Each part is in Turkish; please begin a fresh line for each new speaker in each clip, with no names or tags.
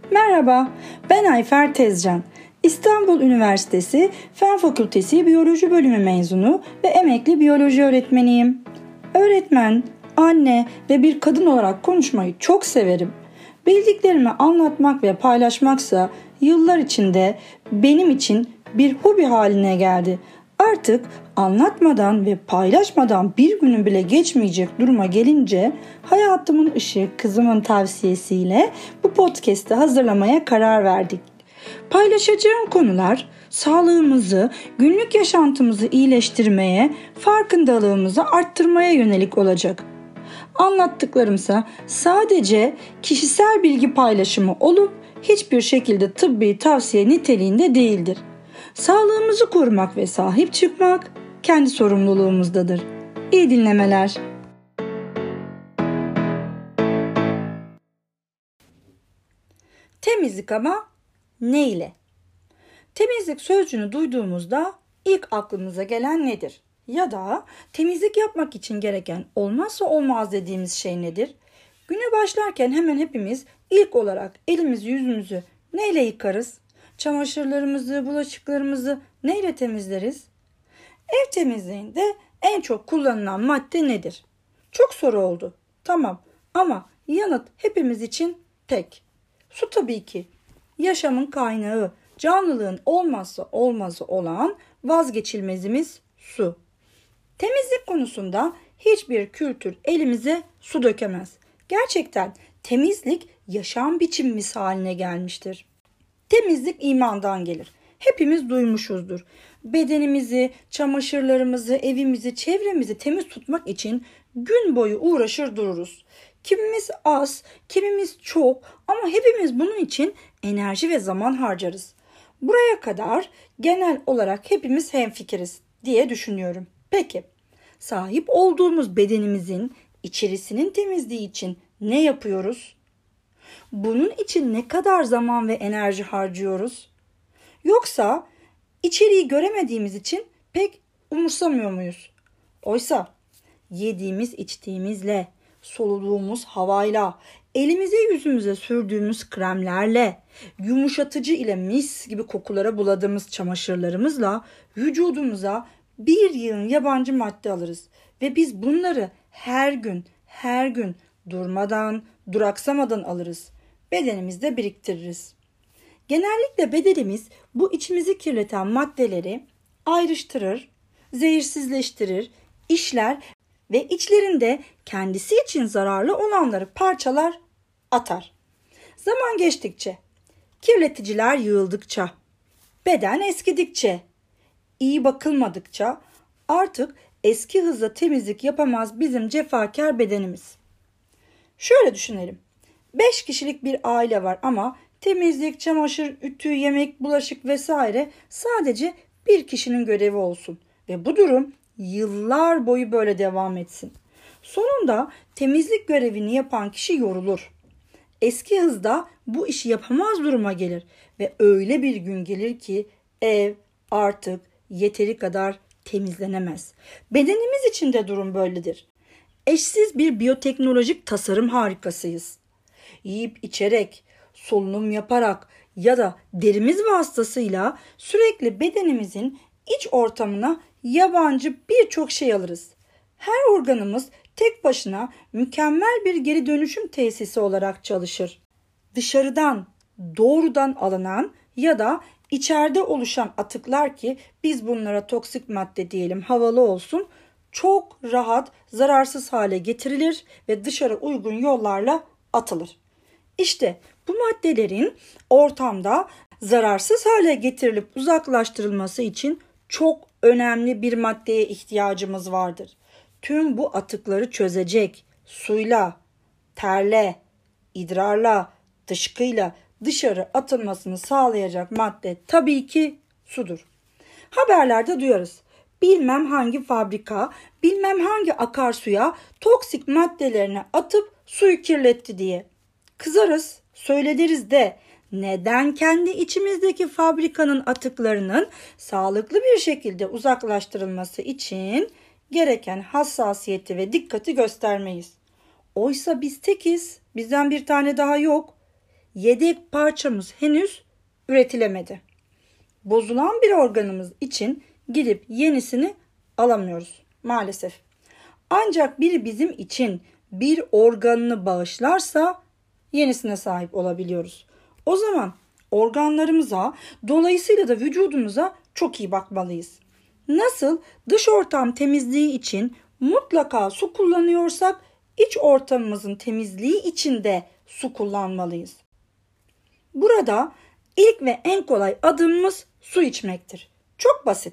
Merhaba, ben Ayfer Tezcan. İstanbul Üniversitesi Fen Fakültesi Biyoloji Bölümü mezunu ve emekli biyoloji öğretmeniyim. Öğretmen, anne ve bir kadın olarak konuşmayı çok severim. Bildiklerimi anlatmak ve paylaşmaksa yıllar içinde benim için bir hobi haline geldi. Artık anlatmadan ve paylaşmadan bir günün bile geçmeyecek duruma gelince hayatımın ışığı kızımın tavsiyesiyle bu podcast'ı hazırlamaya karar verdik. Paylaşacağım konular sağlığımızı, günlük yaşantımızı iyileştirmeye, farkındalığımızı arttırmaya yönelik olacak. Anlattıklarımsa sadece kişisel bilgi paylaşımı olup hiçbir şekilde tıbbi tavsiye niteliğinde değildir. Sağlığımızı korumak ve sahip çıkmak kendi sorumluluğumuzdadır. İyi dinlemeler. Temizlik ama ne ile? Temizlik sözcüğünü duyduğumuzda ilk aklımıza gelen nedir? Ya da temizlik yapmak için gereken olmazsa olmaz dediğimiz şey nedir? Güne başlarken hemen hepimiz ilk olarak elimizi yüzümüzü neyle yıkarız? Çamaşırlarımızı, bulaşıklarımızı neyle temizleriz? Ev temizliğinde en çok kullanılan madde nedir? Çok soru oldu. Tamam ama yanıt hepimiz için tek. Su tabii ki. Yaşamın kaynağı, canlılığın olmazsa olmazı olan vazgeçilmezimiz su. Temizlik konusunda hiçbir kültür elimize su dökemez. Gerçekten temizlik yaşam biçimimiz haline gelmiştir. Temizlik imandan gelir. Hepimiz duymuşuzdur. Bedenimizi, çamaşırlarımızı, evimizi, çevremizi temiz tutmak için gün boyu uğraşır dururuz. Kimimiz az, kimimiz çok ama hepimiz bunun için enerji ve zaman harcarız. Buraya kadar genel olarak hepimiz hemfikiriz diye düşünüyorum. Peki, sahip olduğumuz bedenimizin içerisinin temizliği için ne yapıyoruz? Bunun için ne kadar zaman ve enerji harcıyoruz? Yoksa içeriği göremediğimiz için pek umursamıyor muyuz? Oysa yediğimiz içtiğimizle, soluduğumuz havayla, elimize yüzümüze sürdüğümüz kremlerle, yumuşatıcı ile mis gibi kokulara buladığımız çamaşırlarımızla vücudumuza bir yığın yabancı madde alırız. Ve biz bunları her gün durmadan, duraksamadan alırız. Bedenimizde biriktiririz. Genellikle bedenimiz bu içimizi kirleten maddeleri ayrıştırır, zehirsizleştirir, işler ve içlerinde kendisi için zararlı olanları parçalar, atar. Zaman geçtikçe, kirleticiler yığıldıkça, beden eskidikçe, iyi bakılmadıkça artık eski hızla temizlik yapamaz bizim cefakar bedenimiz. Şöyle düşünelim. 5 kişilik bir aile var ama temizlik, çamaşır, ütü, yemek, bulaşık vesaire sadece bir kişinin görevi olsun. Ve bu durum yıllar boyu böyle devam etsin. Sonunda temizlik görevini yapan kişi yorulur. Eski hızda bu işi yapamaz duruma gelir. Ve öyle bir gün gelir ki ev artık yeteri kadar temizlenemez. Bedenimiz için de durum böyledir. Eşsiz bir biyoteknolojik tasarım harikasıyız. Yiyip içerek, solunum yaparak ya da derimiz vasıtasıyla sürekli bedenimizin iç ortamına yabancı birçok şey alırız. Her organımız tek başına mükemmel bir geri dönüşüm tesisi olarak çalışır. Dışarıdan doğrudan alınan ya da içeride oluşan atıklar ki biz bunlara toksik madde diyelim, havalı olsun, çok rahat, zararsız hale getirilir ve dışarı uygun yollarla atılır. İşte bu maddelerin ortamda zararsız hale getirilip uzaklaştırılması için çok önemli bir maddeye ihtiyacımız vardır. Tüm bu atıkları çözecek, suyla, terle, idrarla, dışkıyla dışarı atılmasını sağlayacak madde tabii ki sudur. Haberlerde duyarız. Bilmem hangi fabrika, bilmem hangi akarsuya toksik maddelerini atıp suyu kirletti diye. Kızarız, söylediriz de neden kendi içimizdeki fabrikanın atıklarının sağlıklı bir şekilde uzaklaştırılması için gereken hassasiyeti ve dikkati göstermeyiz? Oysa biz tekiz, bizden bir tane daha yok. yedek parçamız henüz üretilemedi. Bozulan bir organımız için gidip yenisini alamıyoruz maalesef. Ancak biri bizim için bir organını bağışlarsa yenisine sahip olabiliyoruz. O zaman organlarımıza, dolayısıyla da vücudumuza çok iyi bakmalıyız. Nasıl dış ortam temizliği için mutlaka su kullanıyorsak, iç ortamımızın temizliği için de su kullanmalıyız. Burada ilk ve en kolay adımımız su içmektir. Çok basit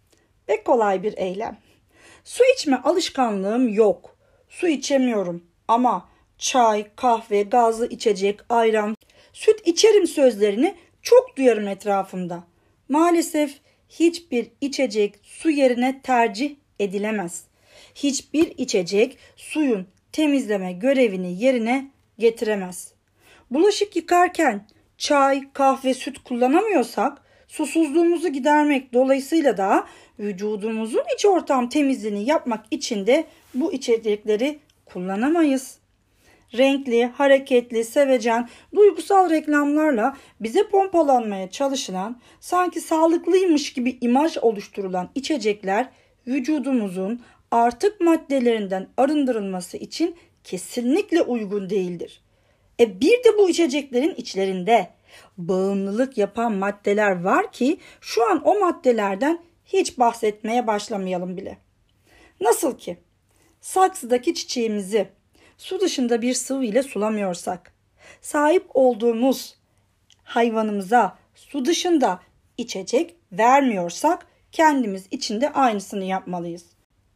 ve kolay bir eylem. Su içme alışkanlığım yok. Su içemiyorum ama çay, kahve, gazlı içecek, ayran, süt içerim sözlerini çok duyarım etrafımda. Maalesef hiçbir içecek su yerine tercih edilemez. Hiçbir içecek suyun temizleme görevini yerine getiremez. Bulaşık yıkarken çay, kahve, süt kullanamıyorsak susuzluğumuzu gidermek, dolayısıyla da vücudumuzun iç ortam temizliğini yapmak için de bu içecekleri kullanamayız. Renkli, hareketli, sevecen, duygusal reklamlarla bize pompalanmaya çalışılan, sanki sağlıklıymış gibi imaj oluşturulan içecekler vücudumuzun artık maddelerinden arındırılması için kesinlikle uygun değildir. Bir de bu içeceklerin içlerinde bağımlılık yapan maddeler var ki şu an o maddelerden hiç bahsetmeye başlamayalım bile. Nasıl ki saksıdaki çiçeğimizi su dışında bir sıvı ile sulamıyorsak, sahip olduğumuz hayvanımıza su dışında içecek vermiyorsak kendimiz için de aynısını yapmalıyız.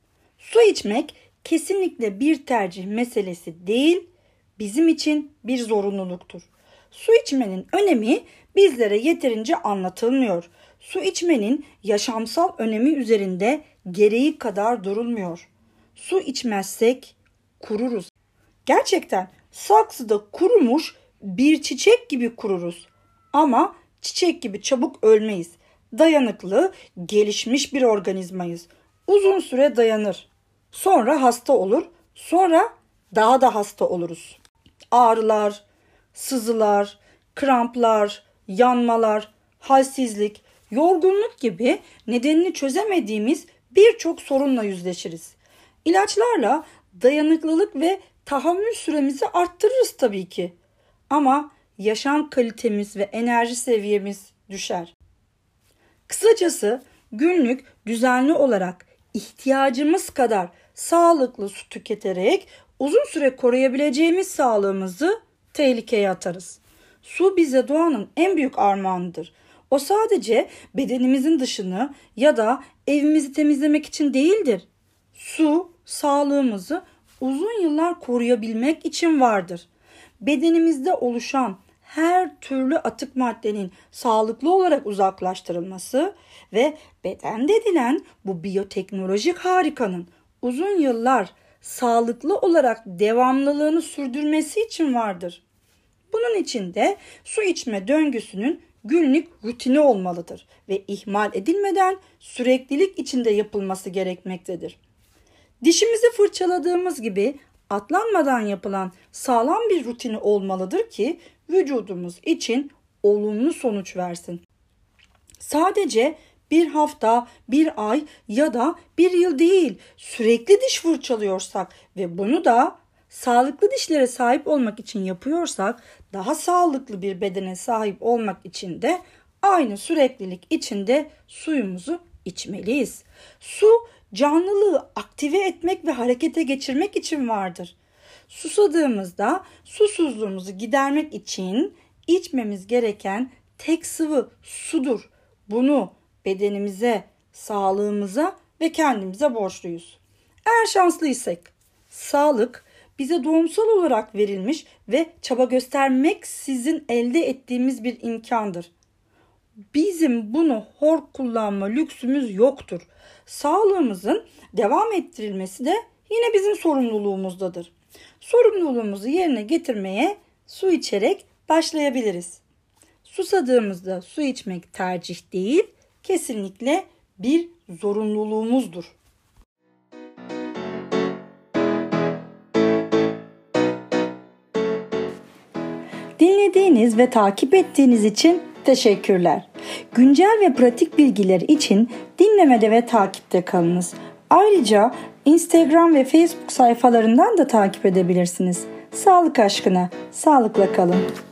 Su içmek kesinlikle bir tercih meselesi değil, bizim için bir zorunluluktur. Su içmenin önemi bizlere yeterince anlatılmıyor. Su içmenin yaşamsal önemi üzerinde gereği kadar durulmuyor. Su içmezsek kururuz. Gerçekten saksıda kurumuş bir çiçek gibi kururuz. Ama çiçek gibi çabuk ölmeyiz. Dayanıklı, gelişmiş bir organizmayız. Uzun süre dayanır. Sonra hasta olur. Sonra daha da hasta oluruz. Ağrılar, sızılar, kramplar, yanmalar, halsizlik, yorgunluk gibi nedenini çözemediğimiz birçok sorunla yüzleşiriz. İlaçlarla dayanıklılık ve tahammül süremizi arttırırız tabii ki. Ama yaşam kalitemiz ve enerji seviyemiz düşer. Kısacası günlük düzenli olarak ihtiyacımız kadar sağlıklı su tüketerek uzun süre koruyabileceğimiz sağlığımızı tehlikeye atarız. Su bize doğanın en büyük armağanıdır. O sadece bedenimizin dışını ya da evimizi temizlemek için değildir. Su sağlığımızı uzun yıllar koruyabilmek için vardır. Bedenimizde oluşan her türlü atık maddenin sağlıklı olarak uzaklaştırılması ve beden dedilen bu biyoteknolojik harikanın uzun yıllar sağlıklı olarak devamlılığını sürdürmesi için vardır. Bunun için de su içme döngüsünün günlük rutini olmalıdır ve ihmal edilmeden süreklilik içinde yapılması gerekmektedir. Dişimizi fırçaladığımız gibi atlanmadan yapılan sağlam bir rutini olmalıdır ki vücudumuz için olumlu sonuç versin. Sadece bir hafta, bir ay ya da bir yıl değil, sürekli diş fırçalıyorsak ve bunu da sağlıklı dişlere sahip olmak için yapıyorsak, daha sağlıklı bir bedene sahip olmak için de aynı süreklilik içinde suyumuzu içmeliyiz. Su canlılığı aktive etmek ve harekete geçirmek için vardır. Susadığımızda susuzluğumuzu gidermek için içmemiz gereken tek sıvı sudur. Bunu bedenimize, sağlığımıza ve kendimize borçluyuz. Eğer şanslıysak sağlık bize doğumsal olarak verilmiş ve çaba göstermeksizin elde ettiğimiz bir imkandır. Bizim bunu hor kullanma lüksümüz yoktur. Sağlığımızın devam ettirilmesi de yine bizim sorumluluğumuzdadır. Sorumluluğumuzu yerine getirmeye su içerek başlayabiliriz. Susadığımızda su içmek tercih değil, kesinlikle bir zorunluluğumuzdur. Dinlediğiniz ve takip ettiğiniz için teşekkürler. Güncel ve pratik bilgiler için dinlemede ve takipte kalınız. Ayrıca Instagram ve Facebook sayfalarından da takip edebilirsiniz. Sağlık aşkına, sağlıkla kalın.